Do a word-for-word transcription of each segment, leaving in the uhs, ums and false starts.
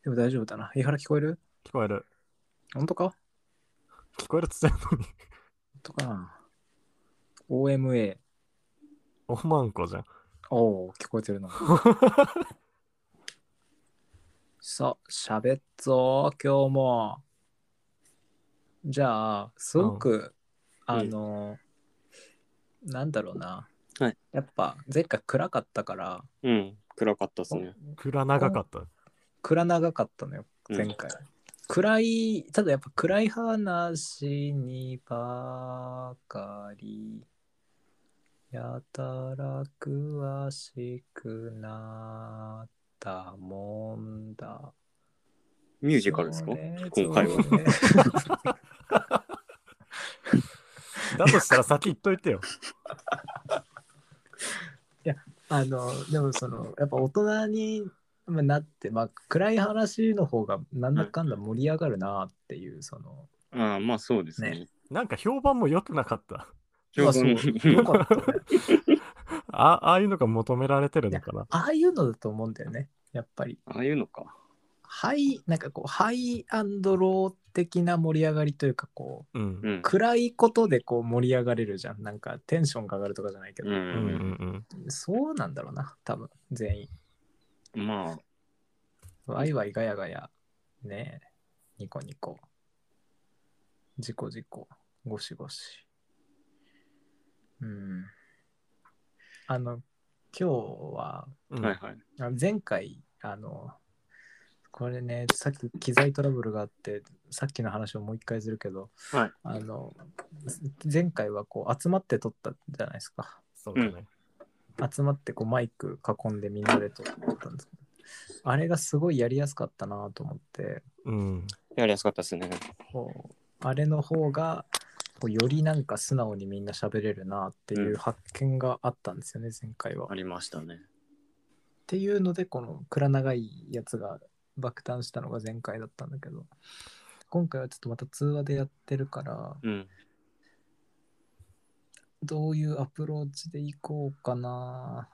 でも大丈夫だな。井原聞こえる？ 聞こえる。 本当か？ 聞こえるっつってんのに。 本当かな？ オーエムエー。 おまんこじゃん。 おお、聞こえてるな。さあ、喋っぞ、今日も。じゃあ、すごく、 うんあの、なんだろうな。 はいやっぱ、前回暗かったから、 うん、暗かったっすね。 暗長かった。 暗長かったのよ、 うん前回。暗い、ただやっぱ暗い話にばかり、やたら詳しくなったもんだ。 ミュージカルですかそれ今回は。 ぞれだとしたら先言っといてよ。 あの、でもその、やっぱ大人になって、まあ、暗い話の方がなんだかんだ盛り上がるなっていう、その、 ああ、まあそうですね。 ねなんか評判も良くなかった。 まあそう、よかったね。 あああいうのが求められてるいやのかな。 ああいうのだと思うんだよね、やっぱり。 ああいうのか。 ハイ、なんかこう、ハイアンドロー的な盛り上がりというか、こう、 うん。 うん。 暗いことでこう盛り上がれるじゃん。なんかテンションが上がるとかじゃないけど、 うんうんうんうん。 そうなんだろうな、多分、全員。 うん。まあ、 ワイワイガヤガヤ、ねえ、ニコニコ、ジコジコ、ゴシゴシ。うん。あの、今日は、 うんはいはい。 あ前回、あの、これね、さっき機材トラブルがあって、さっきの話をもう一回するけど、 はい。 あの、前回はこう集まって撮ったじゃないですか。 そうだね。 集まってこうマイク囲んでみんなで撮ったんですけど、あれがすごいやりやすかったなと思って、 うん。 やりやすかったですね。 こうあれの方がこうよりなんか素直にみんな喋れるなっていう発見があったんですよね、前回は。 ありましたね。 っていうので、この暗長いやつが爆誕したのが前回だったんだけど、今回はちょっとまた通話でやってるから、 うん。 どういうアプローチでいこうかな。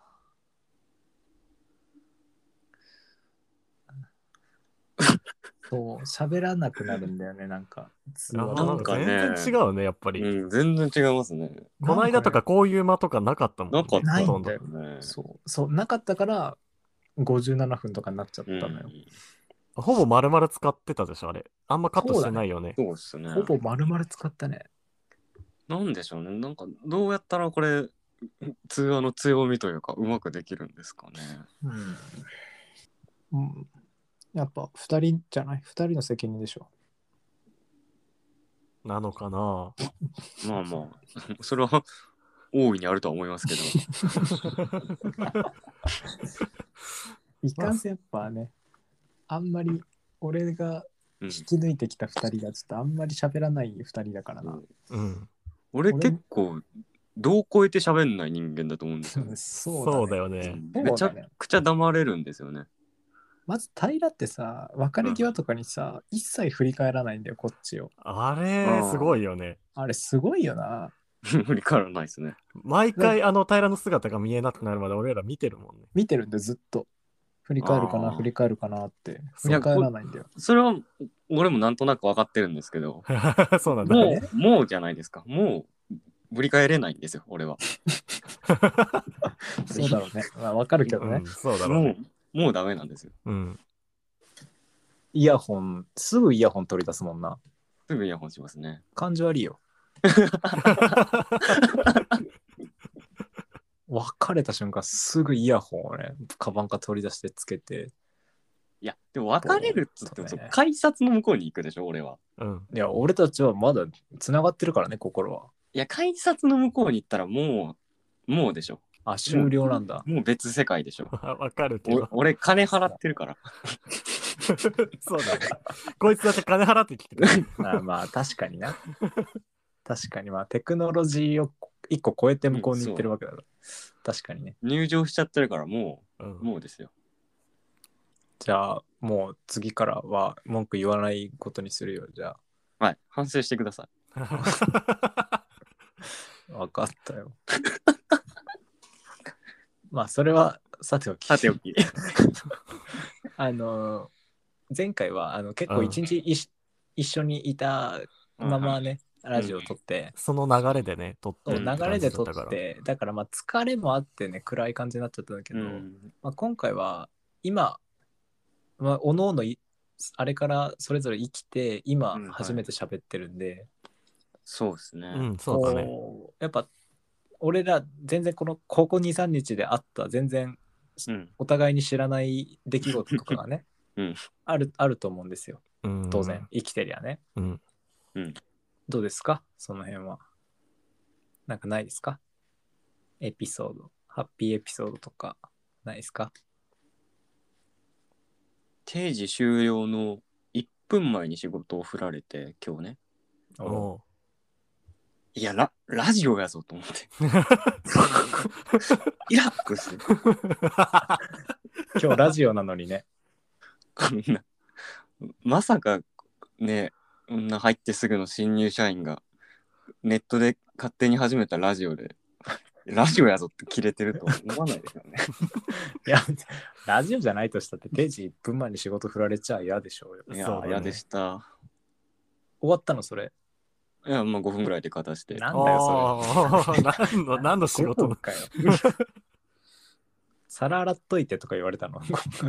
そう、喋らなくなるんだよね、なんか。通話だとあーなんか全然違うね、やっぱり。 うん、全然違いますね。 この間とかこういう間とかなかったもんね。 なかったないほとんどんだよ。 ね。 そう、そう、なかったからごじゅうななふんとかになっちゃっうん。 たのよ。 ほぼ丸々使ってたでしょ、あれ。あんまカットしてないよね。 そうっすね。 ほぼ丸々使ったね。 なんでしょうね。なんか、どうやったらこれ、通話の強みというか、うまくできるんですかね。 うん。うん、やっぱふたりじゃない？ ふたりの責任でしょ。 なのかな。 まあまあ、それは大いにあるとは思いますけど。 いかんせんやっぱね、あんまり俺がうん引き抜いてきたふたりがちょっとあんまり喋らないふたりだからな。 うん。 俺俺結構、どう超えて喋んない人間だと思うんですよね。 そうだね。 そうだよね。 そうだねめちゃくちゃ黙れるんですよね。 まず平ってさ、別れ際とかにさ、一切振り返らないんだよ、こっちを。 あれ、すごいよね。 あれすごいよな。 振り返らないですね。 毎回あの平の姿が見えなくなるまで俺ら見てるもんね。 見てるんでずっと。振り返るかな、 あー振り返るかなって。振いやり返らないんだよ。 それは、俺もなんとなく分かってるんですけど、 そうなんだ。 もねう、もうじゃないですか。もう、振り返れないんですよ、俺は。 そうだろうね。まあわかるけどね。 うん、そうだろうもね。 う、もうダメなんですよ。 うん。 イヤホン、すぐイヤホン取り出すもんな。 すぐイヤホンしますね。 感じ悪いよ。別れた瞬間すぐイヤホンをね、カバンから取り出してつけて。 いや、でも別れるっつっても、 そうね改札の向こうに行くでしょ、俺は。 うん。 いや、俺たちはまだ繋がってるからね、心は。 いや、改札の向こうに行ったらもう、もうでしょ。 あ、終了なんだ。 もう別世界でしょ。 わかるけど。 お俺、金払ってるから。 そうだね。こいつだって金払ってきてくれる。 あまあ、確かにな。確かに、まあ、テクノロジーを一個超えて向こうに行ってるわけだから。確かにね。 入場しちゃってるから、もう、 うん、 もうですよ。 じゃあ、もう次からは文句言わないことにするよ、じゃはい、反省してください。 あ。分かったよ。まあ、それはさておき。 さておき。 あの、 前回はあの結構一日いし、一緒にいたままね、ラジオを撮って、 その流れでね、撮ってそうって感流れで撮じだったから。 ってだからまあ疲れもあってね暗い感じになっちゃったんだけど、 うんまあ、今回は今、まあ、おのおのいあれからそれぞれ生きて今うんはい初めて喋ってるんで、 そうですね。 うん、そうだね。 こうやっぱ俺ら全然このここに、さんにちであった全然うん。 お互いに知らない出来事とかがね、 うんあるあると思うんですよ。 うん、 当然生きてりゃね。 うん。 うん。 どうですかその辺は。なんかないですかエピソード。ハッピーエピソードとかないですか？ 定時終了のいっぷんまえに仕事を振られて、今日ね。 おういや、ラ、ラジオやぞと思って。イラッとして。 今日ラジオなのにね。 こんな、まさかね、こんな入ってすぐの新入社員がネットで勝手に始めたラジオで、ラジオやぞって切れてるとは思わないですよね。 いや、ラジオじゃないとしたって定時いっぷんまえに仕事振られちゃ嫌でしょうよ。 いやそうだね嫌でした。 終わったのそれ。 いや、まあごふんぐらいで片して。 なんだよそれ。 あー何の、何の仕事の。 ごふんかよ。皿洗っといてとか言われたの。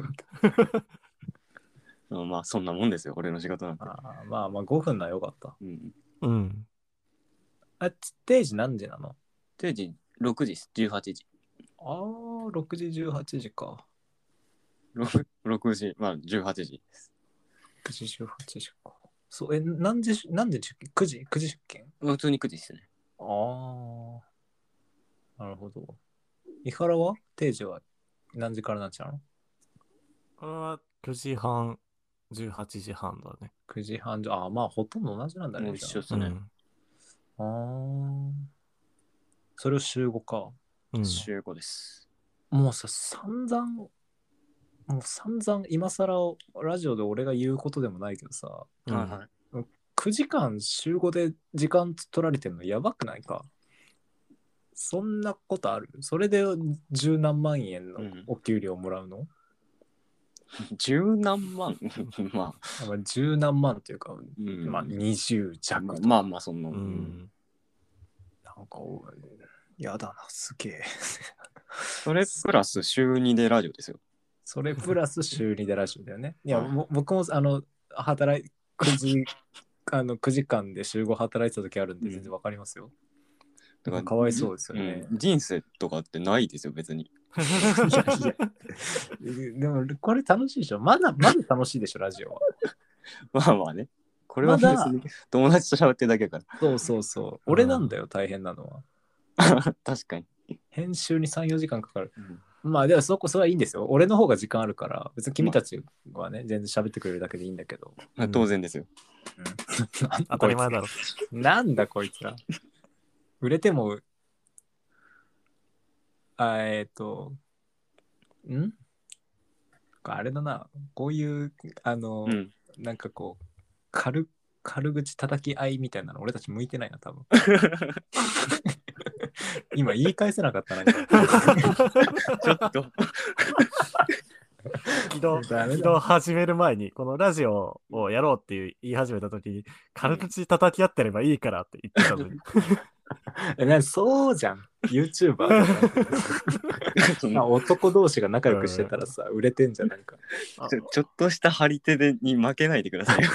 あまあそんなもんですよ、俺の仕事なんて。 あーまあまあごふんならよかった。 うん。 うん。 あ、定時何時なの？ 定時ろくじです、じゅうはちじ。 ああ、ろくじじゅうはちじか。 ろく, ろくじ、まあじゅうはちじです。 ろくじじゅうはちじか。そう、え、何時、何時出勤 ?く 時 ?く 時出勤？ 普通にくじですね。 ああ、なるほど。伊原は定時は何時から何時なの？ これはくじはん、じゅうはちじはんだね。 くじはんじゃ、ああ、まあほとんど同じなんだね。 もう一緒っじすね。 うん。 ゃああー、それを週ごか。 うん。 週ごです。 もうさ、散々、もう散々今更ラジオで俺が言うことでもないけどさ、 うんはいはい。 くじかん週ごで時間取られてるのやばくないか？そんなことある？それで十何万円のお給料もらうの？ 十何万まあ、 まあ十何万っていうか、 うん、 まあにじゅう弱とか、 まあまあそんな、 ううんん。 なんかやだな、すげえ。 それプラス週にでラジオですよ。 それプラス週にでラジオだよね。いや、 はいも僕もあの働いくじあのくじかんで週ご働いてた時あるんで全然わかりますよ。 だからかわいそうですよね。 うん人生とかってないですよ別に。 いやいやでもこれ楽しいでしょ。まだまだ楽しいでしょラジオは。 まあまあね。これは別まだに友達と喋ってるだけだかそうそうそう。俺なんだよ大変なのは。 ら。確かに。 編集にさん、よじかんかかる。 うんまあでもそこそれはいいんですよ。俺の方が時間あるから別に君たちはね全然喋ってくれるだけでいいんだけど。 まあ当然ですよ。 うん、なんだ当たり前だろ。 こいつなんだこいつら。売れてもあえっ、とんあれだな。こういうあの、 うん。 なんかこう軽軽口叩き合いみたいなの俺たち向いてないな多分。今言い返せなかったな。 ちょっと。 起動、 ダメだ起動始める前に、このラジオをやろうっていう言い始めた時に、軽口叩き合ってればいいからって言ってたのに。 えなそうじゃん。YouTuber とか男同士が仲良くしてたらさ、売れてんじゃんなんか。 ちょちょっとした張り手でに負けないでくださいよ。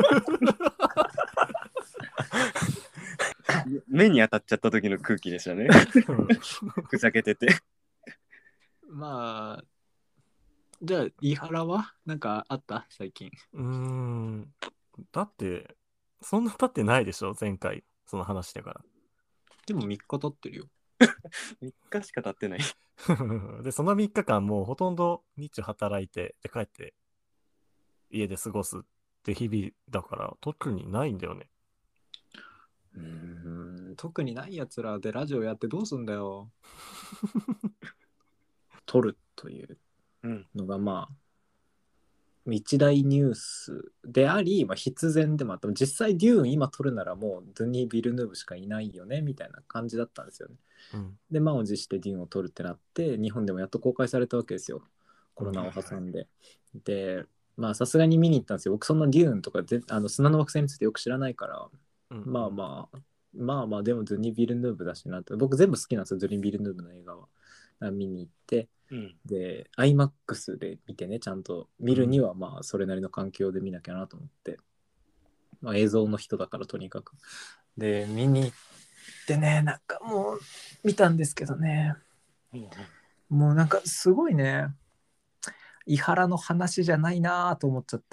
目に当たっちゃった時の空気でしたね。ふざけてて。 まあ、じゃあ、飯原はなんかあった最近。 うーん。だって、そんな経ってないでしょ前回、その話だかでもみっか経ってるよ。 みっかしか経ってない。 ら。で、そのみっかかんもうほとんど日中働いて、で帰って、家で過ごすって日々だから、特にないんだよね。 うーん、特にないやつらでラジオやってどうすんだよ。撮るというのがまあ、一大ニュースであり、まあ、必然でもあっても実際デューン今撮るならもうドゥニー・ビルヌーブしかいないよねみたいな感じだったんですよね。 うん。 で満を持してデューンを撮るってなって日本でもやっと公開されたわけですよ、コロナを挟んで。でまあさすがに見に行ったんですよ。僕そんなデューンとかぜあの砂の惑星についてよく知らないから、 うん、 まあまあ、まあまあでもドゥニ・ビルヌーブだしなと。僕全部好きなんですよ、ドゥニ・ビルヌーブの映画は。だから見に行って、 うん。 で、アイマックス で見てね、ちゃんと見るにはまあそれなりの環境で見なきゃなと思って。まあ映像の人だからとにかく。で、見に行ってね、なんかもう見たんですけどね、もうなんかすごいね、伊原の話じゃないなと思っちゃって。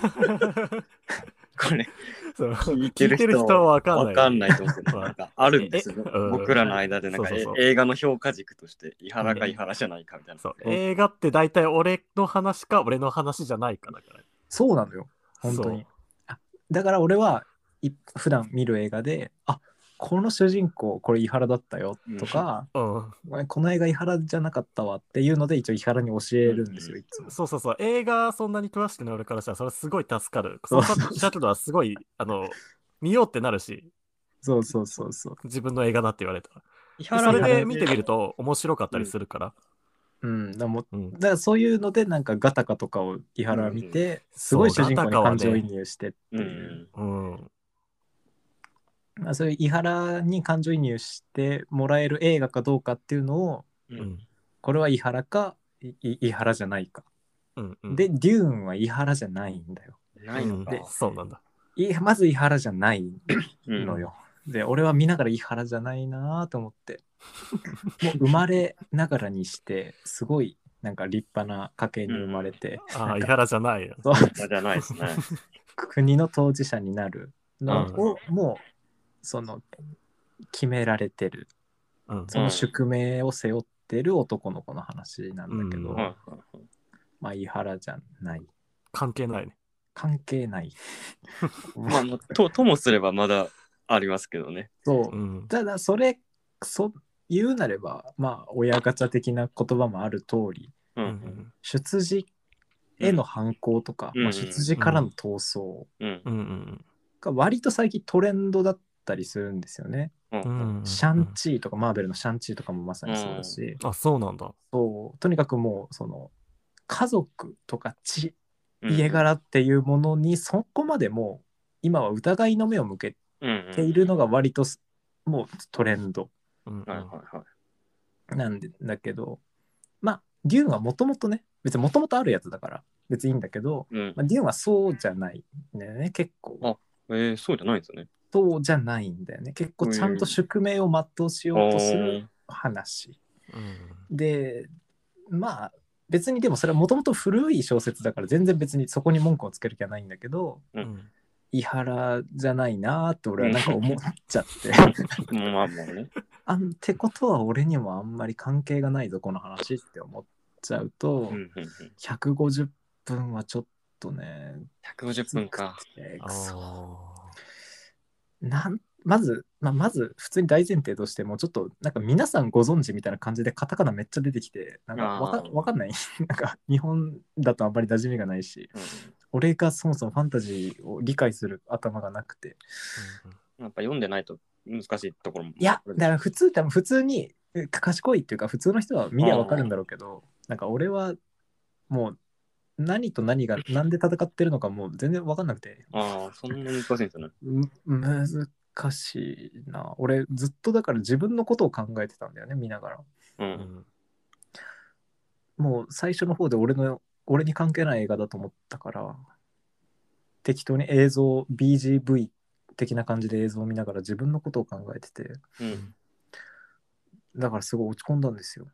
これ、 そう聞いてる聞いてる人人は分かんない。 わかんないと思うけど、 まあなんかあるんですえよ。 うん僕らの間で、なんかそうそうそうえ映画の評価軸として、伊原か伊原じゃないかみたいな。 そう映画って大体俺の話か俺の話じゃないかだから。 そうなのよ、本当に。あだから俺はい普段見る映画で、あこの主人公これ伊原だったよとか、 うん、 お前この映画伊原じゃなかったわっていうので一応伊原に教えるんですよ、いつも。 そうそうそう映画そんなに詳しくない俺からしたらそれすごい助かる。 そそうの尺度はすごいあの見ようってなるし、 そうそうそうそう。 自分の映画だって言われたら。 伊でそれ原で見てみると面白かったりするから。 うん、だからもううんだからそういうのでなんかガタカとかを伊原は見て、すごい主人公に感情移入してっていう。 うんうんまあ、そういう伊原に感情移入してもらえる映画かどうかっていうのを、 う。 うんんこれは伊原かいい伊原じゃないか。 うんうんで、デューンは伊原じゃないんだよ。 ないのか。 でそうなんだ。 いまず伊原じゃないうんのよ。で、俺は見ながら伊原じゃないなと思って。もう生まれながらにして、すごいなんか立派な家系に生まれて、 ああ伊原じゃないよ。 そうじゃないですね。 国の当事者になるのを、もうその決められてる。 うんその宿命を背負ってる男の子の話なんだけど、 うんはいはいはいまあ伊原じゃない。 関係ないね。 関係ない。 まあ、まあと、ともすればまだありますけどね。 そう。 うんただそれ、そ言うなれば、まあ親ガチャ的な言葉もある通り、 う。 うんん出自への反抗とか、 うんまあ、出自からの逃走うんうんうんが割と最近トレンドだったりするんですよね。 うんうんうんシャンチーとか、マーベルのシャンチーとかもまさにそうだし、 あそうなんだ。 そうとにかくもうその家族とか血うん家柄っていうものにそこまでもう今は疑いの目を向けうんているのが割とすもうトレンドうんうんはいはいはい。 なんでだけど、まあデューンはもともとね別にもともとあるやつだから別にいいんだけど、 うんまあ、デューンはそうじゃないんだよね結構。 あえー、そうじゃないんですよね。 そうじゃないんだよね結構ちゃんと宿命を全うしようとする話うんで、まあ別にでもそれはもともと古い小説だから全然別にそこに文句をつける気はないんだけど、 うんうん伊原じゃないなーって俺はなんか思っちゃってまあまあね。 あんってことは俺にもあんまり関係がないぞこの話って思っちゃうと、 うんうんうん。 ひゃくごじゅっぷんはちょっとねひゃくごじゅっぷんか。 えーあくそーなんまず、まあ、まず普通に大前提としてもちょっとなんか皆さんご存知みたいな感じでカタカナめっちゃ出てきてなんかわかあーわかんないなんか日本だとあんまり馴染みがないしうん俺がそもそもファンタジーを理解する頭がなくてやっぱ読んでないと難しいところも。 いやだから普通多分普通にえ賢いっていうか普通の人は見りゃわかるんだろうけどなんか俺はもう何と何が何で戦ってるのかもう全然わかんなくてああ、そんな難しいんですよね。 む難しいな俺ずっとだから自分のことを考えてたんだよね見ながらう。 うんんもう最初の方で俺の俺に関係ない映画だと思ったから適当に映像 ビージーブイ 的な感じで映像を見ながら自分のことを考えててうん。 だからすごい落ち込んだんですよ。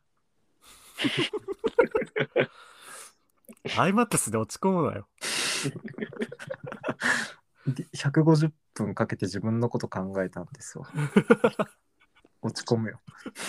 アイマックスで落ち込むなよ。 ひゃくごじゅっぷんかけて自分のこと考えたんですよ。落ち込むよ。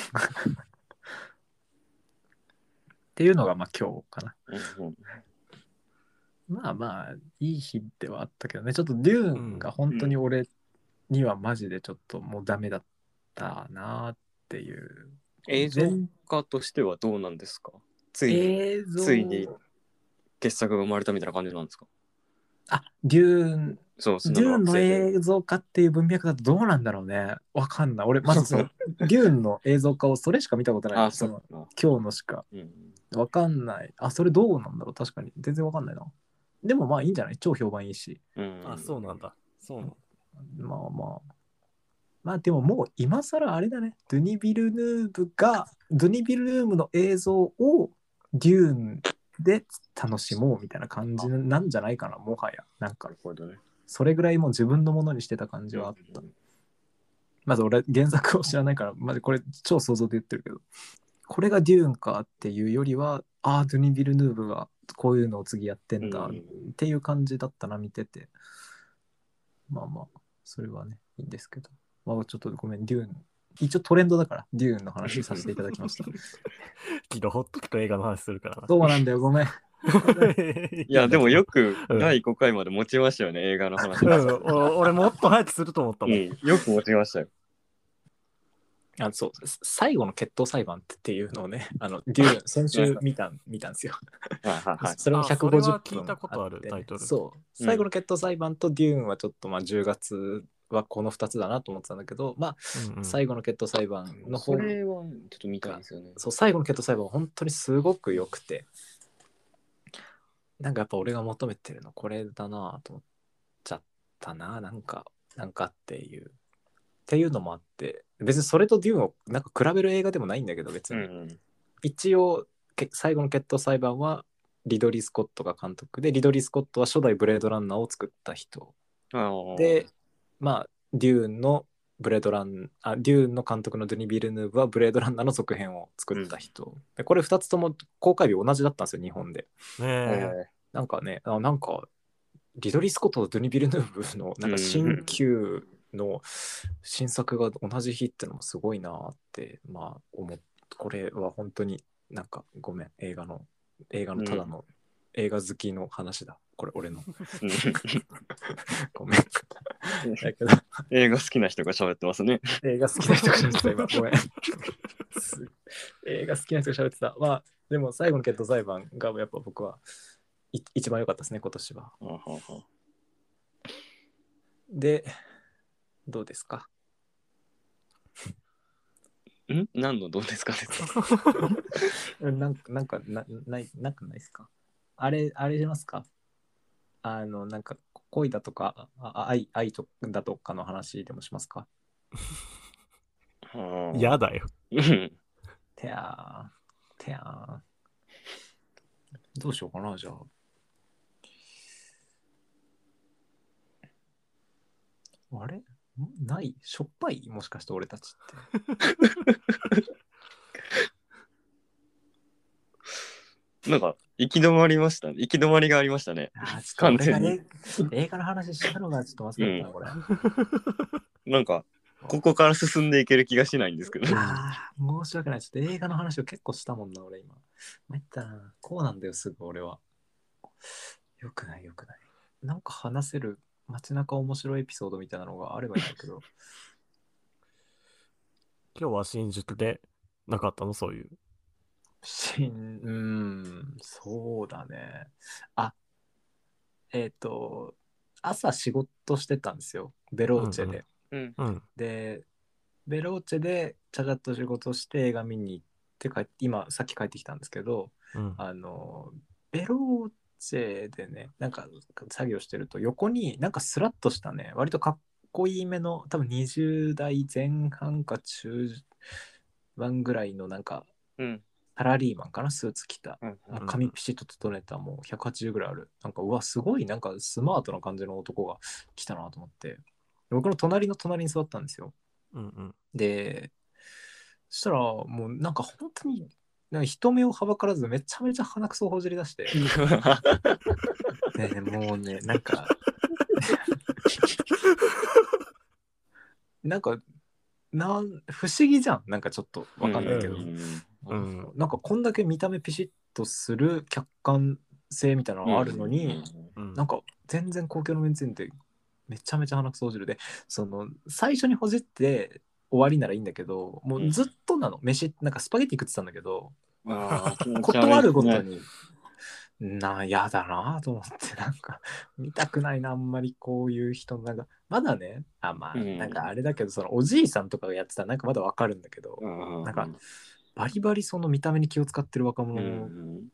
っていうのがまあ今日かな。 うんまあまあいい日ではあったけどね。ちょっとデューンが本当に俺にはマジでちょっともうダメだったなっていう。 映像化としてはどうなんですか？ついに、 映像ついに傑作が生まれたみたいな感じなんですか？ あデューンそうデューンの映像化っていう文脈だとどうなんだろうね。わかんない。俺まずそのデューンの映像化をそれしか見たことない。 あ、 そのそうかな。 今日のしか。 うんわかんない。あ、それどうなんだろう。確かに全然わかんないな。 でもまあいいんじゃない？超評判いいし。 うんあ、そうなんだ。そうなんだ。 まあまあ。まあでももう今更あれだね。ドゥニ・ビルヌーブが、ドゥニ・ビルヌーブの映像をデューンで楽しもうみたいな感じなんじゃないかな、もはや。なんかなるほどね。 それぐらいもう自分のものにしてた感じはあった。まず俺原作を知らないから、まずこれ超想像で言ってるけど、これがデューンかっていうよりは、ああ、ドゥニ・ビルヌーブがこういうのを次やってんだっていう感じだったな、見てて。まあまあ、それはね、いいんですけど。まあちょっとごめん、デューン。一応トレンドだから、デューンの話させていただきました。 昨日ほっとくと映画の話するからな。 そうなんだよ、ごめん。 いや、でもよくうんだいごかいまで持ちましたよね、映画の話。 うん、俺俺もっと早くすると思ったもん。 うん、よく持ちましたよ。 あそう最後の決闘裁判っていうのをね、あのデューン先週見た見たんですよ。 はいはいはい。 それもあひゃくごじゅっそれは聞いたことあるぷんってねタイトルそう、最後の決闘裁判とデューンはちょっとまあじゅうがつはこのふたつだなと思ってたんだけど、まあ、 うんうん最後の決闘裁判の方それはちょっと見たいんですよね。 そう最後の決闘裁判は本当にすごく良くて、なんかやっぱ俺が求めてるのこれだなと思っちゃったな、なんかなんかっていうっていうのもあって、別にそれとデューンをなんか比べる映画でもないんだけど、別に、 うん、 一応け最後の決闘裁判はリドリー・スコットが監督で、リドリー・スコットは初代ブレードランナーを作った人うん。 で、まあデューンのブレードランあデューンの監督のドゥニ・ビルヌーブはブレードランナーの続編を作った人、うん、でこれふたつとも公開日同じだったんですよ、日本で。 ねえ。 なんかね、あなんかリドリー・スコットとドゥニ・ビルヌーブのなんか新旧の新作が同じ日ってのもすごいなって、まあ思っこれは本当になんかごめん、映画の映画のただの映画好きの話だ、これ俺のごめんだけど映画好きな人が喋ってますね。 映画好きな人が喋ってた今、ごめん映画好きな人が喋ってた。まあでも最後の決闘裁判がやっぱ僕はい一番良かったですね、今年は。 はははでどうですか？ ん何のどうですかねなんかなんかなないなんかないですか？あれあれしますか？あのなんか恋だとかあ愛愛とだとかの話でもしますか？ 嫌だよ。 てやーてやーどうしようかな、じゃあ。あれないしょっぱいもしかして俺たちってなんか行き止まりましたね。行き止まりがありましたね。 あちょっと俺が映映画の話したのがちょっとまずかったな、うん、これなんかここから進んでいける気がしないんですけどあ申し訳ない、ちょっと映画の話を結構したもんな俺今。参ったな、こうなんだよすぐ俺は。よくないよくない、なんか話せる街中面白いエピソードみたいなのがあればいいんだけど今日は新宿でなかったの、そういう。 新うんそうだね。あえっ、ー、と朝仕事してたんですよ、ベローチェで、 うんうん、 でベローチェでちゃちゃっと仕事して映画見に行って帰って今さっき帰ってきたんですけど、 うん、 あのベローチェでねなんか作業してると横になんかスラッとしたね割とかっこいいめの多分にじゅう代前半か中盤ぐらいのなんか、 うん、 サラリーマンかな、スーツ着た、 うんうん、 髪ピシッと整えたもうひゃくはちじゅうぐらいあるなんかうわすごいなんかスマートな感じの男が来たなと思って僕の隣の隣に座ったんですよ。 うんうん、でそしたらもうなんか本当になんか人目をはばからずめちゃめちゃ鼻くそをほじり出してねえもうねなんかなんかなん不思議じゃん、なんかちょっとわかんないけど、うんうん、なんかこんだけ見た目ピシッとする客観性みたいなのがあるのに、うん、なんか全然公共の面前でめちゃめちゃ鼻くそほじるで、その最初にほじって終わりならいいんだけどもうずっとなの、飯なんかスパゲティ食ってたんだけど、あ断るごとになやだなと思ってなんか見たくないなあんまりこういう人なんかまだねあまあなんかあれだけどそのおじいさんとかがやってたらなんかまだわかるんだけど、うん、なんかバリバリその見た目に気を使ってる若者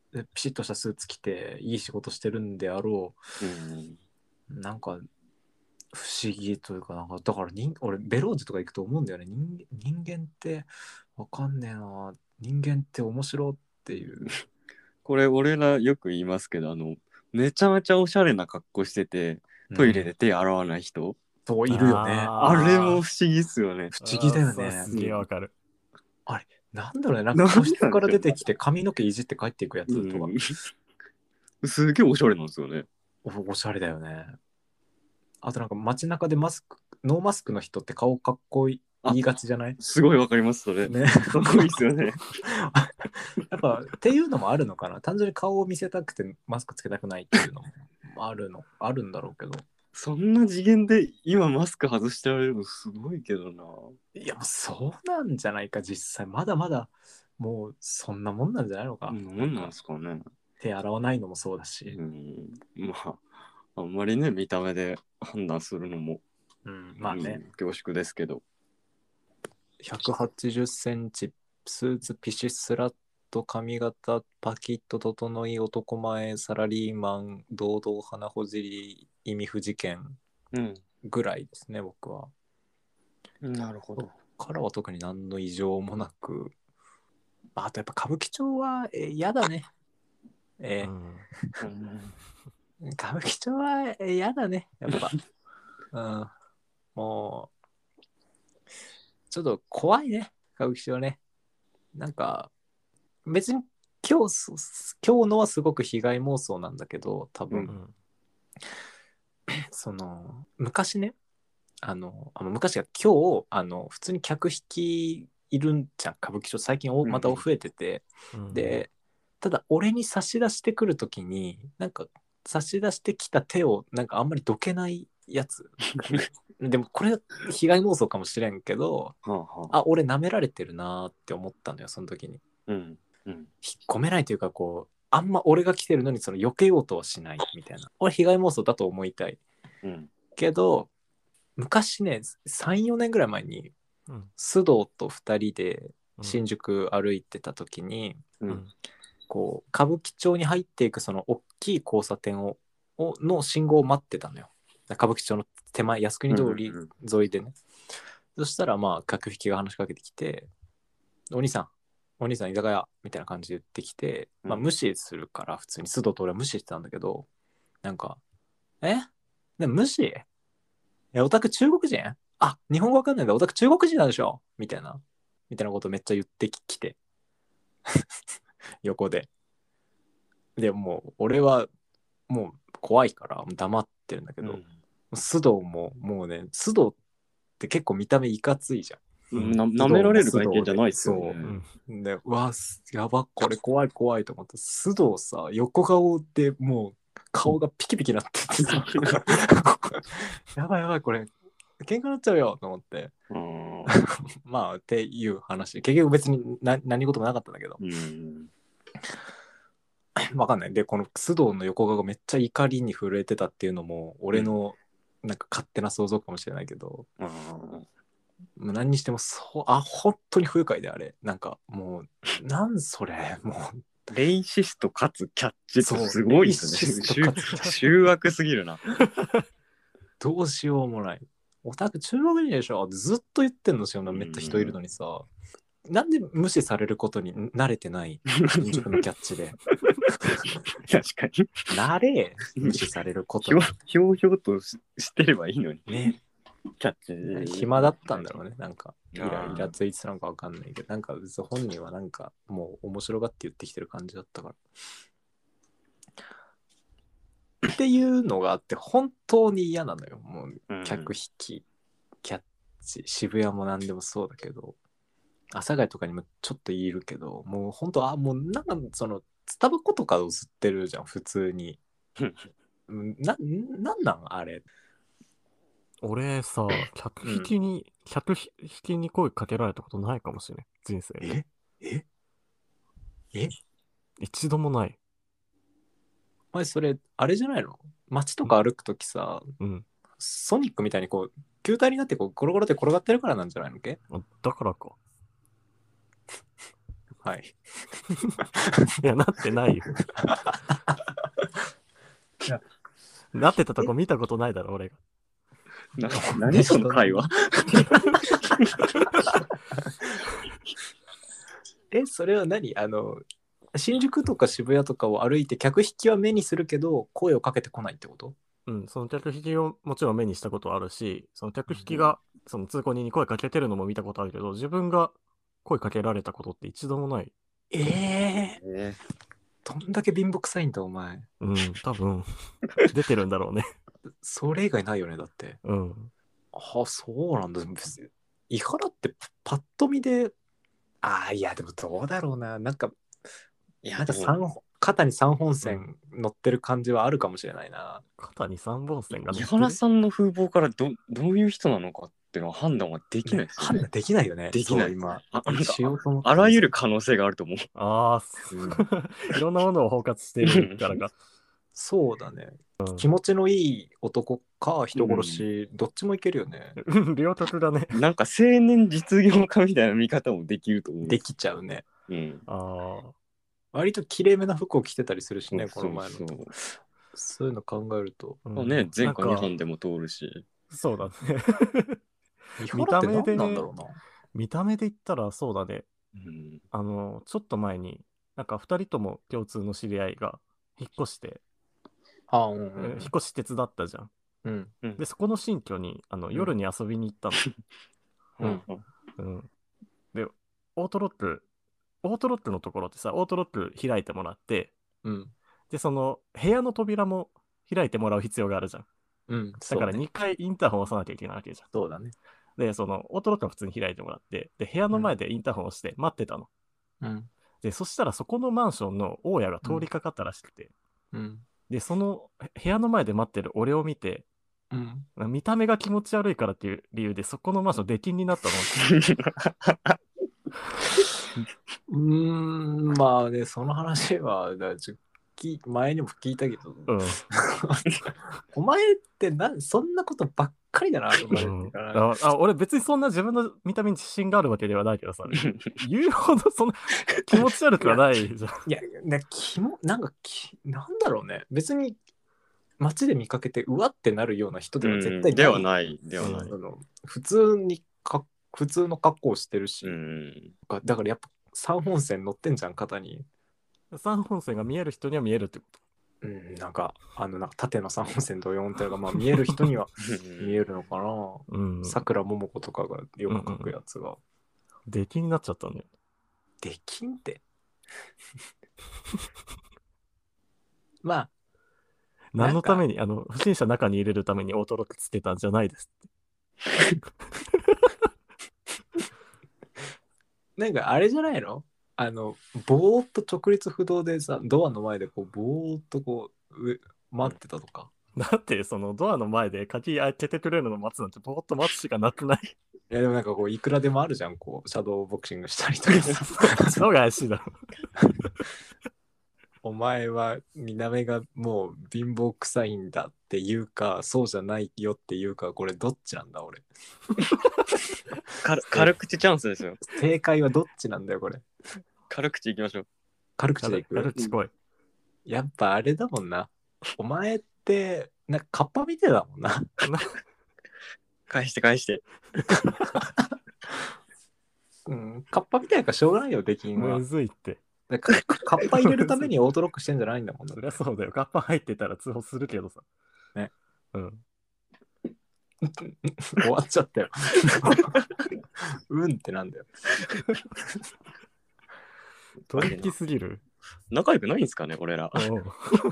でピシッとしたスーツ着ていい仕事してるんであろうん。 う、なんか不思議というか、なんかだから人俺ベローズとか行くと思うんだよね。人人間ってわかんねえな、人間って面白っていう。 これ俺らよく言いますけど、あのめちゃめちゃおしゃれな格好しててトイレで手洗わない人、 そういるよね。 あれも不思議っすよね。 不思議だよあーねそう。すげえわかる。 なんだろうね、なんか個室から出てきて髪の毛いじって帰っていくやつとか、 うん、すげえおしゃれなんですよね。 お、おしゃれだよね。あとなんか街中でマスク、ノーマスクの人って顔かっこいいあ言いがちじゃないすごいわかりますそれ。 ね。 かっこいいっすよね。 やっぱっていうのもあるのかな。単純に顔を見せたくてマスクつけたくないっていうのもあるの、あるんだろうけど。 そんな次元で今マスク外してられるのすごいけどな。 いや、そうなんじゃないか、実際。まだまだ、もうそんなもんなんじゃないのか。 何なんですかね。 手洗わないのもそうだし。 うん、まああんまりね見た目で判断するのも、 うん、まあね。 うん、恐縮ですけど。 ひゃくはちじゅっセンチ、スーツピシスラッと髪型パキッと整い男前サラリーマン堂々鼻ほじり意味不事件うん。 ぐらいですね、僕は。 なるほど。 からは特に何の異常もなく、あとやっぱ歌舞伎町はえー嫌だね。えーうん、 歌舞伎町はえー嫌だね、やっぱ。うん、もう、ちょっと怖いね、歌舞伎町ね。なんか、別に今日す、今日のはすごく被害妄想なんだけど、多分、 うんうんその、昔ね、あの、あの昔が今日、あの、普通に客引きいるんじゃん、歌舞伎町。最近おまた増えてて、 うんで、ただ俺に差し出してくるときに、なんか差し出してきた手をなんかあんまりどけないやつ。でもこれ被害妄想かもしれんけど、 はあはあ、 あ、俺舐められてるなーって思ったのよ、その時に。 うんうん、 引っ込めないというか、こう、あんま俺が来てるのにその避けようとはしないみたいな。俺被害妄想だと思いたい。 うんけど、昔ね、さん、よねんぐらい前に、 うん須藤とふたりでうん新宿歩いてた時に、 ううんんこう歌舞伎町に入っていくその大きい交差点ををの信号を待ってたのよ。歌舞伎町の手前、靖国通り沿いでね。そしたらまあ客引きが話しかけてきて、お兄さん、お兄さん居酒屋みたいな感じで言ってきて、まあ無視するから普通に須藤と俺は無視してたんだけど、なんか、えでも無視え、オタク中国人あ、日本語わかんないんだ。オタク中国人なんでしょみたいな。みたいなことめっちゃ言ってきて。横で。でもう、俺はもう怖いから黙ってるんだけど、 うん須藤ももうね、須藤って結構見た目いかついじゃん。 な舐められる外見じゃないっすよね。 そう。で、うわ、やば、これ怖い怖いと思って、須藤さ、横顔でもう顔がピキピキなっててさ、やばいやばい、これ、喧嘩になっちゃうよと思って。 うんまあ、っていう話。結局別にな何事もなかったんだけど。 うんわかんない。で、この須藤の横顔がめっちゃ怒りに震えてたっていうのも、俺のなんか勝手な想像かもしれないけど、 うんもう何にしてもそう、あ、本当に不愉快であれ。なんかもう、なんそれ、もう。 レイシストかつキャッチってそうすごいですね。 レイシストかつキャッチ醜悪すぎるな。 どうしようもない。オタク中国人でしょってずっと言ってんのしよな、めっちゃ人いるのにさ。なんで無視されることに慣れてない新宿のキャッチで。 確かに。 慣れ無視されることに。 ひょうひょうとししてればいいのに。 ね。 キャッチ。 暇だったんだろうね。なんか、イあーライラついてたのかわかんないけど、なんか本人はなんかもう面白がって言ってきてる感じだったから。っていうのがあって、本当に嫌なのよ。もう客引き、キャッチ、渋谷も何でもそうだけど、阿佐ヶ谷とかにもちょっといるけど、もう本当、あ、もうなんかその、タバコとかを吸ってるじゃん、普通に。な、なんなんあれ。 俺さ、客引きに、客引きに声かけられたことないかもしれない。人生で。 えええ一度もない。 お前それ、あれじゃないの街とか歩くときさ、 うん。 ソニックみたいにこう、球体になってこう、ゴロゴロって転がってるからなんじゃないのっけあだからか。 はい。 いや、なってないよ。 いやなってたとこ見たことないだろ、俺が。 な何その会話。 え、それは何？あの、新宿とか渋谷とかを歩いて客引きは目にするけど、声をかけてこないってこと？ うん、その客引きをもちろん目にしたことあるし、その客引きがその通行人に声かけてるのも見たことあるけど、自分が声かけられたことって一度もない。 ええー、 えどんだけ貧乏くさいんだ、お前。 うん、多分、出てるんだろうね。 それ以外ないよね、だって。 うん。 あ、そうなんだ。別に伊原ってパッと見で、ああ、いや、でもどうだろうな。なんか、 いなんか三本肩にさんぼん線乗ってる感じはあるかもしれないな。 肩にさんぼん線が乗伊ってる。 原さんの風貌からどどういう人なのかっていうのは判断はできないですよね。 判断できないよね。 できないそう今。 あなんかしようと思ってあらゆる可能性があると思う。 ああ、 うんいろんなものを包括してるからか。 そうだね。気持ちのいい男か人殺し、どっちもいけるよね。 うん両極だね。 なんか青年実業家みたいな見方もできると思う。 できちゃうね。 うん。 ああ、 割と綺麗めな服を着てたりするしね、 そうこの前の。 そうそうそういうの考えると。 うんまあね、前科になんかほんでも通るし。 そうだね。 伊原って何なんだろうな。 見た目で言ったらそうだね。 うん。 あの、ちょっと前に、なんか二人とも共通の知り合いが引っ越して、 あうんうえんー引っ越し手伝ったじゃん。 うん。 うんで、そこの新居にあの夜に遊びに行ったの。 うんうん。で、オートロック、オートロックのところってさ、オートロック開いてもらって、 うん。 で、その部屋の扉も開いてもらう必要があるじゃん。 うん。 だからそうね。 にかいインターホン押さなきゃいけないわけじゃん。 そうだね。 で、そのオートロックは普通に開いてもらって、で、部屋の前でインターホンを押して待ってたの。 うん。 で、そしたらそこのマンションの大家が通りかかったらしくて、 うん。 で、その部屋の前で待ってる俺を見て、 うん。 見た目が気持ち悪いからっていう理由で、そこのマンション出禁になったの。 うーん、まあね、その話は、だちょき前にも聞いたけど、 うん。 お前ってなそんなことばっかりだな、生まれてから。 ああ俺別にそんな自分の見た目に自信があるわけではないけどさ、言うほどそんな気持ち悪くはないじゃん。 いや、ね、きもなんかき、なんだろうね、別に街で見かけて、うわってなるような人では絶対ない。 ではない。ではない。 あの普通にか、普通の格好をしてるし、 うん。 だからやっぱ三本線乗ってんじゃん、肩に。 三本線が見える人には見えるってこうん、なんか、あの、なんか縦の三本線と四本線が、まあ見える人には見えるのかな。 と。うん。 さくらももことかがよく書くやつが。 出禁になっちゃったんだよ。 できんって。まあ、 何のために、あの、不審者中に入れるためにオートロックつけたんじゃないですって。 なんかあれじゃないの？あの、ぼーっと直立不動でさ、ドアの前でこう、ぼーっとこう、上待ってたとか。 だって、そのドアの前で鍵開けてくれるの待つなんてぼーっと待つしかなくない？ いやでもなんかこう、いくらでもあるじゃん、こう、シャドーボクシングしたりとかさ。 そっちの方が怪しいだろ。 お前は見た目がもう貧乏くさいんだっていうか、そうじゃないよっていうか、これどっちなんだ俺。 軽軽口チャンスですよ。 正解はどっちなんだよこれ。 軽口いきましょう。 軽口でいく。 軽口来い。 やっぱあれだもんな。お前ってなんかカッパ見てたもんな。 返して返して。 うん、カッパみたいからしょうがないよ、出禁はむ。ずいって。 だからカカッパ入れるためにオートロックしてんじゃないんだもんなそ。りゃそうだよ。カッパ入ってたら通報するけどさ。 ね。 うん。 終わっちゃったよ。うんってなんだよ。 トリッキーすぎる。 仲良くないんですかね、俺ら。 うん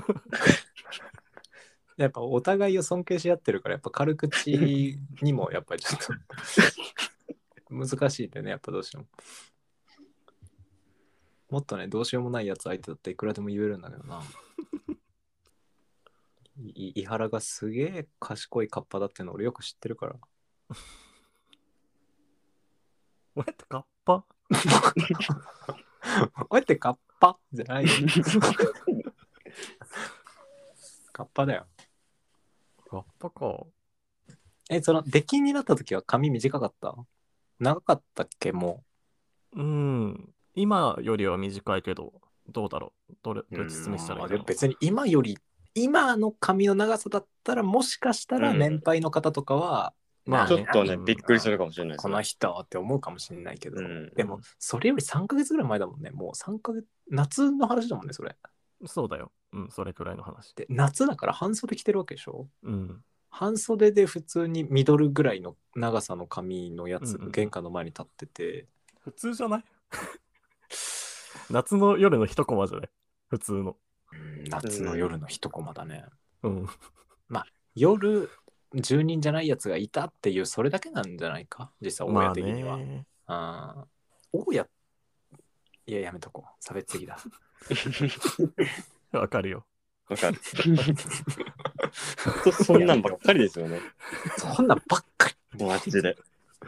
やっぱお互いを尊敬し合ってるから、やっぱ軽口にもやっぱりちょっと難しいんだよね、やっぱどうしても。もっとね、どうしようもないやつ相手だっていくらでも言えるんだけどな。い伊原がすげえ賢いカッパだっての俺よく知ってるから。 俺ってカッパ俺ってカッパじゃないよ。カッパだよ。 カッパか。 え、その出禁になった時は髪短かった？長かったっけもうん。 今よりは短いけど、どうだろう。どれ、どうやって説明したらいいんだろう。 まあでも別に今より今の髪の長さだったらもしかしたらうん年配の方とかは、 まあねちょっとね、 うんびっくりするかもしれないですね。 この人って思うかもしれないけど、 うんでもそれよりさんかげつぐらい前だもんね。もうさんかげつ、夏の話だもんね、それ。 そうだよ。うん、それくらいの話。 で、夏だから半袖着てるわけでしょ。 うん。 半袖で普通にミドルぐらいの長さの髪のやつ、 うんうん玄関の前に立ってて、 普通じゃない夏の夜の一コマじゃない普通の。 うん夏の夜の一コマだね。 うん。 夜じゅうにんじゃないやつがいたっていうそれだけなんじゃないか、実際大まあ家的には。 ね。 あー大家、いややめとこう、差別的だ。 わかるよ。 わかる。そそんなんばっかりですよね。 そんなんばっかり。 マジで。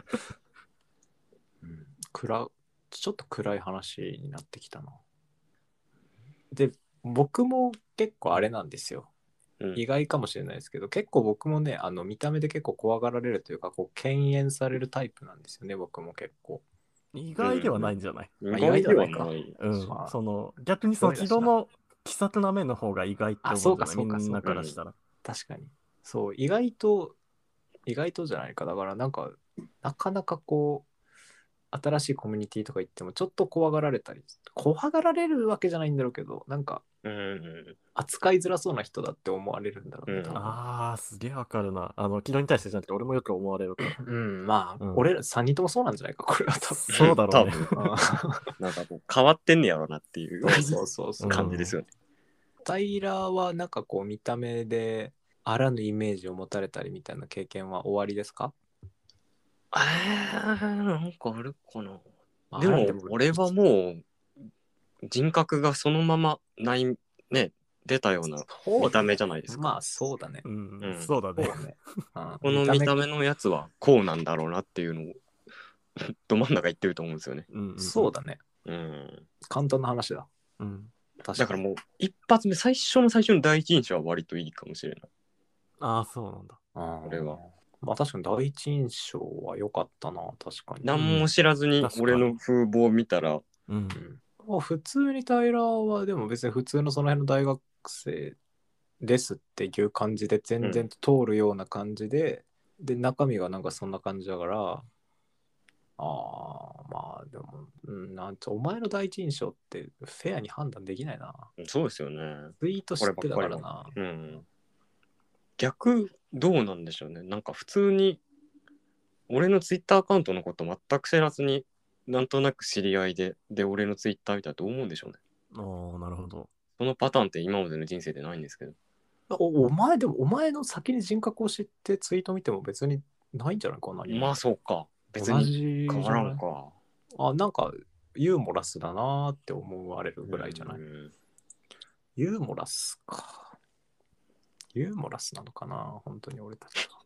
うん暗ちょっと暗い話になってきたな。で、僕も結構あれなんですよ。 うん意外かもしれないですけど、結構僕もね、あの見た目で結構怖がられるというか、こう敬遠されるタイプなんですよね、僕も結構。 意外ではないんじゃない、 意まあ外では意外でない。 うん。 まあその、逆にその意外だしな木戸の気さくな面の方が意外ってあそうか思うんじゃないみんなそうかそうかからしたら。 確かに。そう、意外と、意外とじゃないか。だからなんか、なかなかこう、新しいコミュニティとか行ってもちょっと怖がられたり、怖がられるわけじゃないんだろうけど、なんかうんうん扱いづらそうな人だって思われるんだろうね、 うん多分。 あー、すげえわかるな。あの、木戸に対してじゃなくて俺もよく思われるから。 うん、まあ、 うん俺らさんにんともそうなんじゃないか、これは多分。 そうだろうね。 多分あなんかこう変わってんねやろなっていうーそうそうそう。 ん感じですよね。 平はなんかこう見た目であらぬイメージを持たれたりみたいな経験は終わりですか？ えー、なんかあるかな。 まあでもあら俺はもう人格がそのままないね出たようなそうね見た目じゃないですか。 まあそうだね。 うん、 うんそうだね。 そうね。うんこの見た目がのやつはこうなんだろうなっていうのをど真ん中言ってると思うんですよね。 うんうん、 そうだね。 うん。 簡単な話だ。 うん。 確かに。 だからもう一発目最初の最初の第一印象は割といいかもしれない。 ああ、そうなんだ。 これは。 まあ確かに第一印象は良かったな、確かに。 何も知らずに確かに俺の風貌を見たら、 うん。 うんまあ、普通に平はでも別に普通のその辺の大学生ですっていう感じで全然通るような感じで、で中身がなんかそんな感じだから、ああまあでも、うん、なんてお前の第一印象ってフェアに判断できないな。 そうですよね。 ツイート知ってたからな。 うん。逆どうなんでしょうね。なんか普通に俺のツイッターアカウントのこと全く知らずになんとなく知り合いでで俺のツイッター見たらどう思うんでしょうね。 ああ、なるほど。 そのパターンって今までの人生でないんですけど。 おお前でもお前の先に人格を知ってツイート見ても別にないんじゃないかな。 まあそうか。別同にじ変わらんか。 あ、なんかユーモラスだなーって思われるぐらいじゃない、 うんユーモラスか。ユーモラスなのかな本当に俺たちは。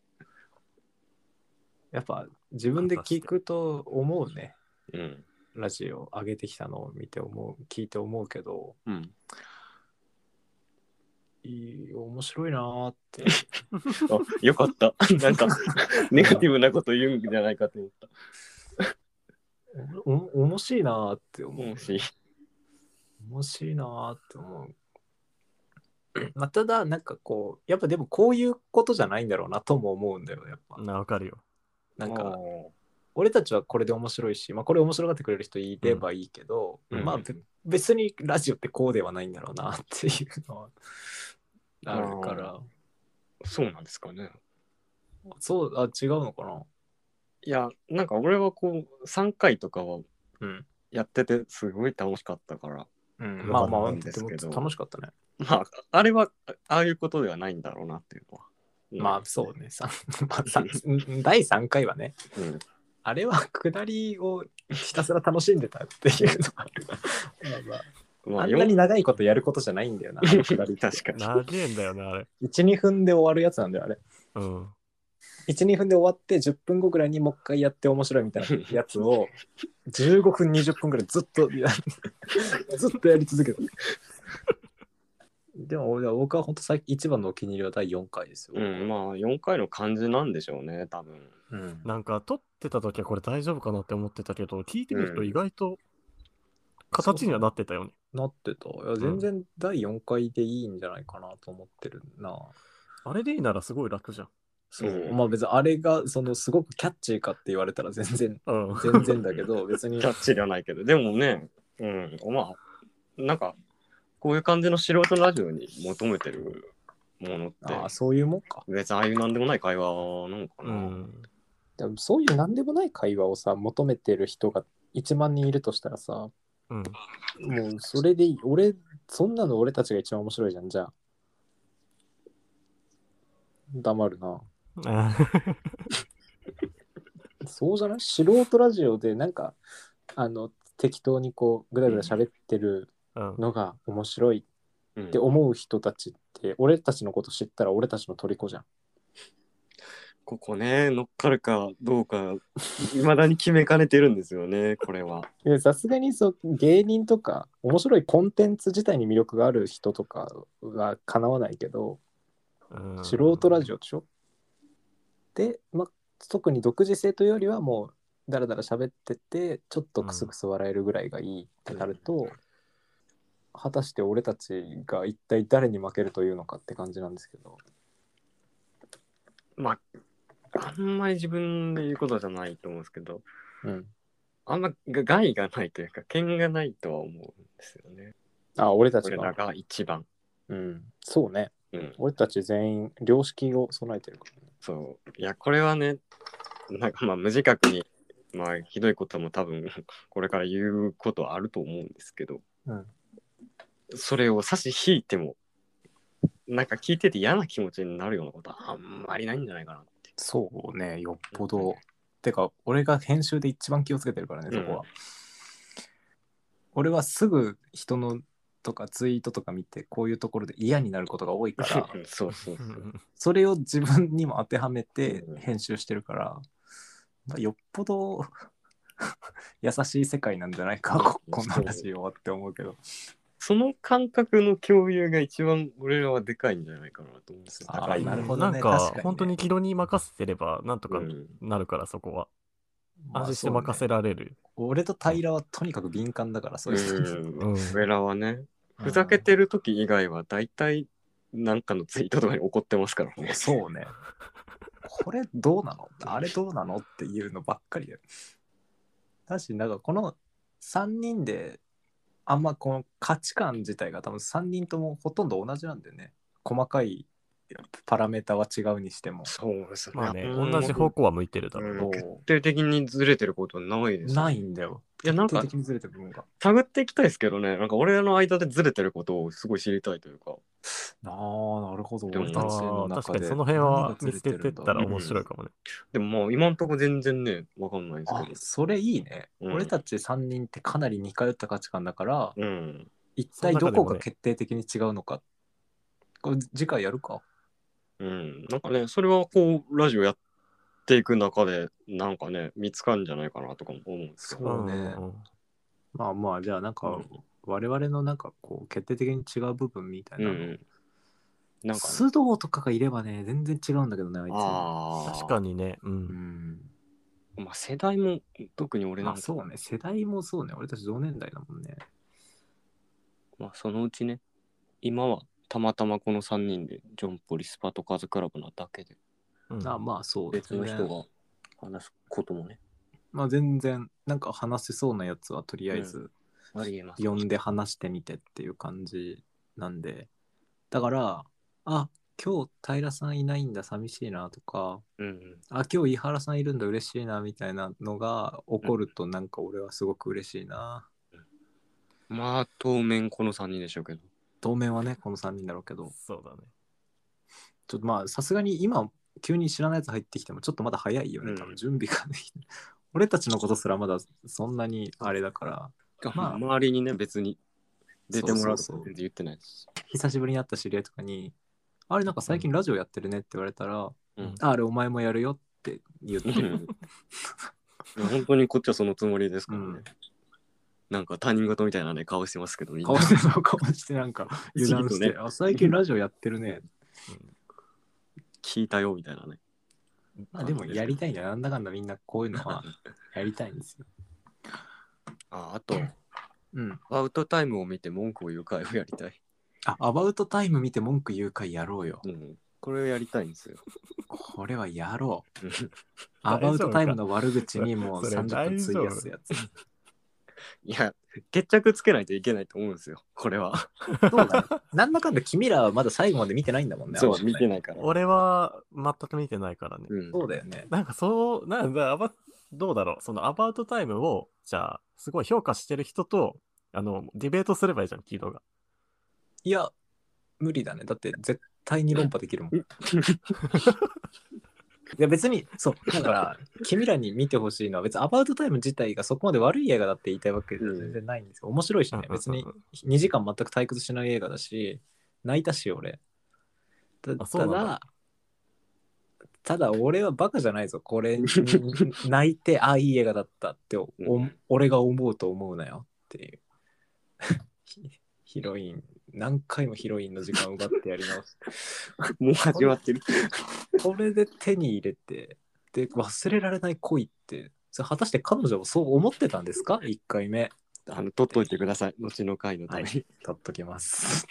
やっぱ自分で聞くと思うね。 うん。 ラジオ上げてきたのを見て思う、聞いて思うけど、 うん。 いい、面白いなーって。 あ、よかった。なんかネガティブなこと言うんじゃないかと思った。 おお面白いなーって思う。 もし。 面白いなーって思う。まあ、ただなんかこうやっぱでもこういうことじゃないんだろうなとも思うんだよやっぱ。 な、わかるよ。 なんかあ俺たちはこれで面白いし、まあ、これ面白がってくれる人いればいいけど、 うんまあべ別にラジオってこうではないんだろうなっていうのはあるから。 ーそうなんですかね。 そうあ違うのかな。 いや、なんか俺はこうさんかいとかはうん。 やっててすごい楽しかったから。 うん、 よまあまあかったんですけどでも楽しかったね。 まあ、あれはああいうことではないんだろうなっていうのは。 まあそうね。さまあ、さだいさんかいはね、 うん。 あれは下りをひたすら楽しんでたっていうのがある。まあまあまあ、 あんなに長いことやることじゃないんだよな、あの下りって。 確かに。 長えんだよね、あれ。 いち、にふんで終わるやつなんだよ、あれ。 うん。 いち、にふんで終わってじゅっぷんごぐらいにもう一回やって面白いみたいなやつをじゅうごふん、にじゅっぷんぐらいずっとやずっとやり続けた。でも俺は僕は本当最近一番のお気に入りはだいよんかいですよ。 うん、まあよんかいの感じなんでしょうね、多分。 うんなんか撮ってた時はこれ大丈夫かなって思ってたけど、聞いてみると意外と形にはなってたよね。 なってた。いや全然だいよんかいでいいんじゃないかなと思ってるな。 あれでいいならすごい楽じゃん。 そう、 うんまあ別にあれがそのすごくキャッチーかって言われたら全然うん。 全然だけど別にキャッチではないけど、でもね、うん、まあ、なんか、こういう感じの素人ラジオに求めてるものって、 ああそういうもんか。 別にああいうなんでもない会話なのかうな。 ん。 でもそういう何でもない会話をさ求めてる人がいちまん人いるとしたらさ、 うん。 もうそれでいい。俺そんなの俺たちが一番面白いじゃん。じゃあ黙るな。そうじゃない？素人ラジオでなんかあの適当にこうぐだぐだ喋ってるうん。 のが面白いうんって思う人たちって俺たちのこと知ったら俺たちの虜じゃん。 ここね、乗っかるかどうか、いまだに決めかねてるんですよね、これは。 でさすがにそう芸人とか面白いコンテンツ自体に魅力がある人とかはかなわないけど、 うん素人ラジオでしょ。で、まあ、特に独自性というよりはもうだらだら喋っててちょっとクスクス笑えるぐらいがいいってなると、果たして俺たちが一体誰に負けるというのかって感じなんですけど。 まあ、あんまり自分で言うことじゃないと思うんですけど、 うん。 あんまが害がないというか、剣がないとは思うんですよね。 あ、俺たちが。 俺らが一番。 うん。そうね。 うん。 俺たち全員良識を備えてるからね。 そう。いや、これはね、なんかまあ無自覚に、まあひどいことも多分これから言うことはあると思うんですけど、 うん。 それを差し引いても、なんか聞いてて嫌な気持ちになるようなことはあんまりないんじゃないかなって。 そうね、よっぽど。てか、俺が編集で一番気をつけてるからね、そこは。 うん俺はすぐ人のとかツイートとか見て、こういうところで嫌になることが多いから、 そうそうそう。 それを自分にも当てはめてうん編集してるから、よっぽど優しい世界なんじゃないか、ここのラジオはって思うけど。 その感覚の共有が一番俺らはでかいんじゃないかなと思うんですよ。 あー高いなるほどねなんか確かにね本当に気に任せてればなんとかうんなるからそこはまあ安心して任せられる。 俺と平はとにかく敏感だから、そういう時に。 うんうん俺らはね、ふざけてる時以外は大体なんかのツイートとかに怒ってますからね。 そうね。これどうなのあれどうなのっていうのばっかりで。だし、なんかこのさんにんで、あんまこの価値観自体が多分さんにんともほとんど同じなんでね。細かいパラメータは違うにしても。 そうですね。 まあね、 うん同じ方向は向いてるだろうね。 うん決定的にずれてることはないです、ね。 ないんだよ。 いやなんか徹底的にずれてる部分が。 探っていきたいですけどね、なんか俺らの間でずれてることをすごい知りたいというか。 ああ、なるほど。 でも俺たちのああ、確中でかにその辺は何がず見つけれてるんだてったら面白いかもね。 でもまあ今んとこ全然ね、わかんないんですあけ、ど。 それいいね。 うん俺たちさんにんってかなり似通った価値観だから、 うん。 一体どこその中でもねが決定的に違うのか。これ次回やるか。 うん。なんかね、それはこう、ラジオやっていく中で、なんかね、見つかるんじゃないかなとかも思うんですけど。 そうね。 んんんまあまあ、じゃあなんか、 うん我々のなんかこう、決定的に違う部分みたいなの。 うんうん。なんかね、 須藤とかがいればね、全然違うんだけどね、あいつも。 ああ。 確か。にね、う。 うんん。 まあ世代も、特に俺なんか、 まあそうね、世代もそうね。俺たち同年代だもんね。 まあそのうちね、今はたまたまこのさんにんで、ジョンポリスパとカズクラブなだけで、 うんあまあそうですね。 別の人が話すこともね、 まあ全然、なんか話せそうなやつはとりあえず、 ありえます。 呼んで話してみてっていう感じなんで、だからあ今日平さんいないんだ寂しいなとか、 うんうん。 あ今日井原さんいるんだ嬉しいなみたいなのが起こるとなんか俺はすごく嬉しいな。 まあ当面このさんにんでしょうけど。 当面はねこのさんにんだろうけど、 そうだね。 ちょっとまあさすがに今急に知らないやつ入ってきてもちょっとまだ早いよね、 うん多分準備ができて俺たちのことすらまだそんなにあれだから、まあ周りにね、別に出てもらうとそうそうそう全然言ってないです。 久しぶりに会った知り合いとかにあれなんか最近ラジオやってるねって言われたら、 うんああれお前もやるよって言ってる。 いや本当にこっちはそのつもりですからね。 うんなんか他人事みたいなね、顔してますけど、みんな顔してそう顔してなんか油断して、 不思議とねあ最近ラジオやってるね。 聞いたよみたいなね。 まあでもやりたいんだよ。なんだかんだみんなこういうのはやりたいんですよ。 ああと、 うん。 アウトタイムを見て文句を言う会をやりたい。 あ、アバウトタイム見て文句言う回やろうよ。 うん。これをやりたいんですよ。 これはやろう。 うんアバウトタイムの悪口にもうそれさんじゅっぷん費やすやつ。 いや、決着つけないといけないと思うんですよ。これは。 そうだね。なんだかんだ君らはまだ最後まで見てないんだもんね。 そう、見てない。 ないから。 俺は全く見てないからね。 うん。 そうだよね。 なんかそう、なんだ、アバどうだろう。そのアバウトタイムを、じゃあ、すごい評価してる人と、あの、ディベートすればいいじゃん、キードが。 いや、無理だね。だって絶対に論破できるもん。いや別に、そう、だから、君らに見てほしいのは、別にアバウトタイム自体がそこまで悪い映画だって言いたいわけじゃ全然ないんですよ。面白いしね、別ににじかん全く退屈しない映画だし、泣いたし、俺。たあそうなんだただ、ただ俺はバカじゃないぞ。これに泣いて、あ、いい映画だったってお、 うん俺が思うと思うなよっていう。ヒヒロイン、何回もヒロインの時間奪ってやり直す。 もう始まってる。 これで手に入れて、で、忘れられない恋って、それ果たして彼女もそう思ってたんですか ?いっ 回目。 あの、取っといてください。後の回のために。 はい、取っときます。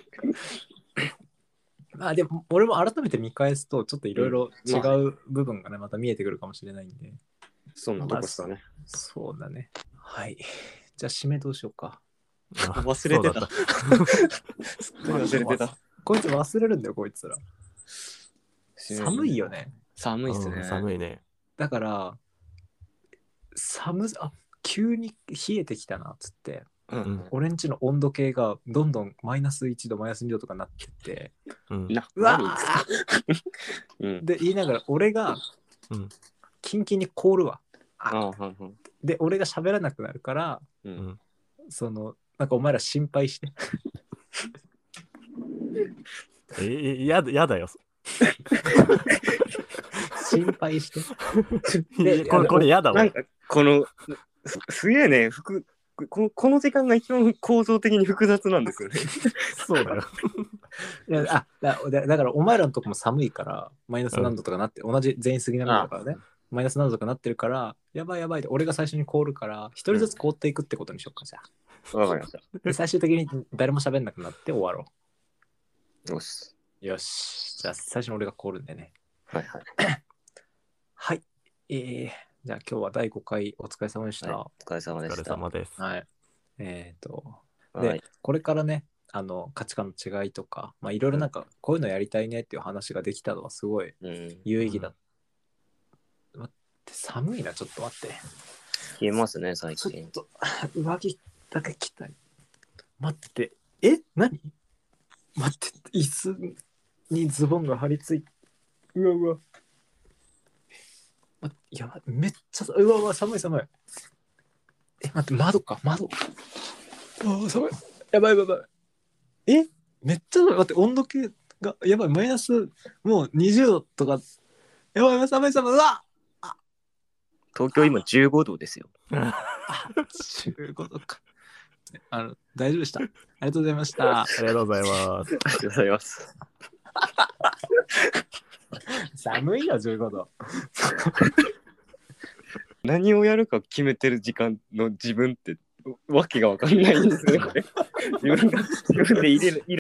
まあでも、俺も改めて見返すと、ちょっといろいろ違う部分がね、また見えてくるかもしれないんで。 そんなとこっすかね。 そうだね。はい。じゃあ、締めどうしようか。 忘れてた。すっかり忘れてた。 こいつ忘れるんだよ、こいつら。寒いよね。 寒いっすね。 うん寒いね。 だから、寒あ急に冷えてきたなっつって、 うんうん俺んちの温度計がどんどんマイナスいちど、マイナスにどとかなってって、 うん。 な、 うわ何ーうん。 で言いながら、俺がうんキンキンに凍るわ。 ああ、はいはい。 で、俺が喋らなくなるから、 う。 うんんその、なんかお前ら心配して。 え、いやだ、やだよ。 心配して。 いやこれ、これやだわなん。か、この、すすげえね、複ここの時間が一番構造的に複雑なんですよね。 そうだよ。 いやあだだだからお前らのとこも寒いからマイナス何度とかなって、同じ全員杉並だからね、マイナス何度とかなってるからやばいやばいって俺が最初に凍るから一人ずつ凍っていくってことにしようか、じゃあわかりました。 で最終的に誰も喋んなくなって終わろよし。 う。よし、じゃあ最初に俺が凍るんでね。 はいはい。 はい、えー、じゃあ今日はだいごかいお疲れ様でした。 はいお疲れ様お疲れでした。 様です。 はい。えっ、と、ではい、 これからね、あの価値観の違いとか、まあいろいろなんかこういうのやりたいねっていう話ができたのはすごいうん。 有意義だ。待って、寒いな、ちょっと待って。 冷えますね、最ちょ近っ。と、上着だけ着たい。待って、え何待って、椅子にズボンが張り付いて、うわうわ。待って、やばい、めっちゃ、うわうわ、寒い寒い。え、待って、窓か、窓。ああ、寒い。やばいやばいやばい。えめっちゃ寒い。待って、温度計が、やばい、マイナス、もうにじゅうどとか。やばい、寒い寒い。うわ東京今じゅうごどですよ。 じゅうごどか。あの、大丈夫でした。ありがとうございました。 ありがとうございます。 ありがとうございます。 寒いよ、じゅうごど。 何をやるか決めてる時間の自分ってわけがわかんないんですよね。これ自分が自分で入れる。入れ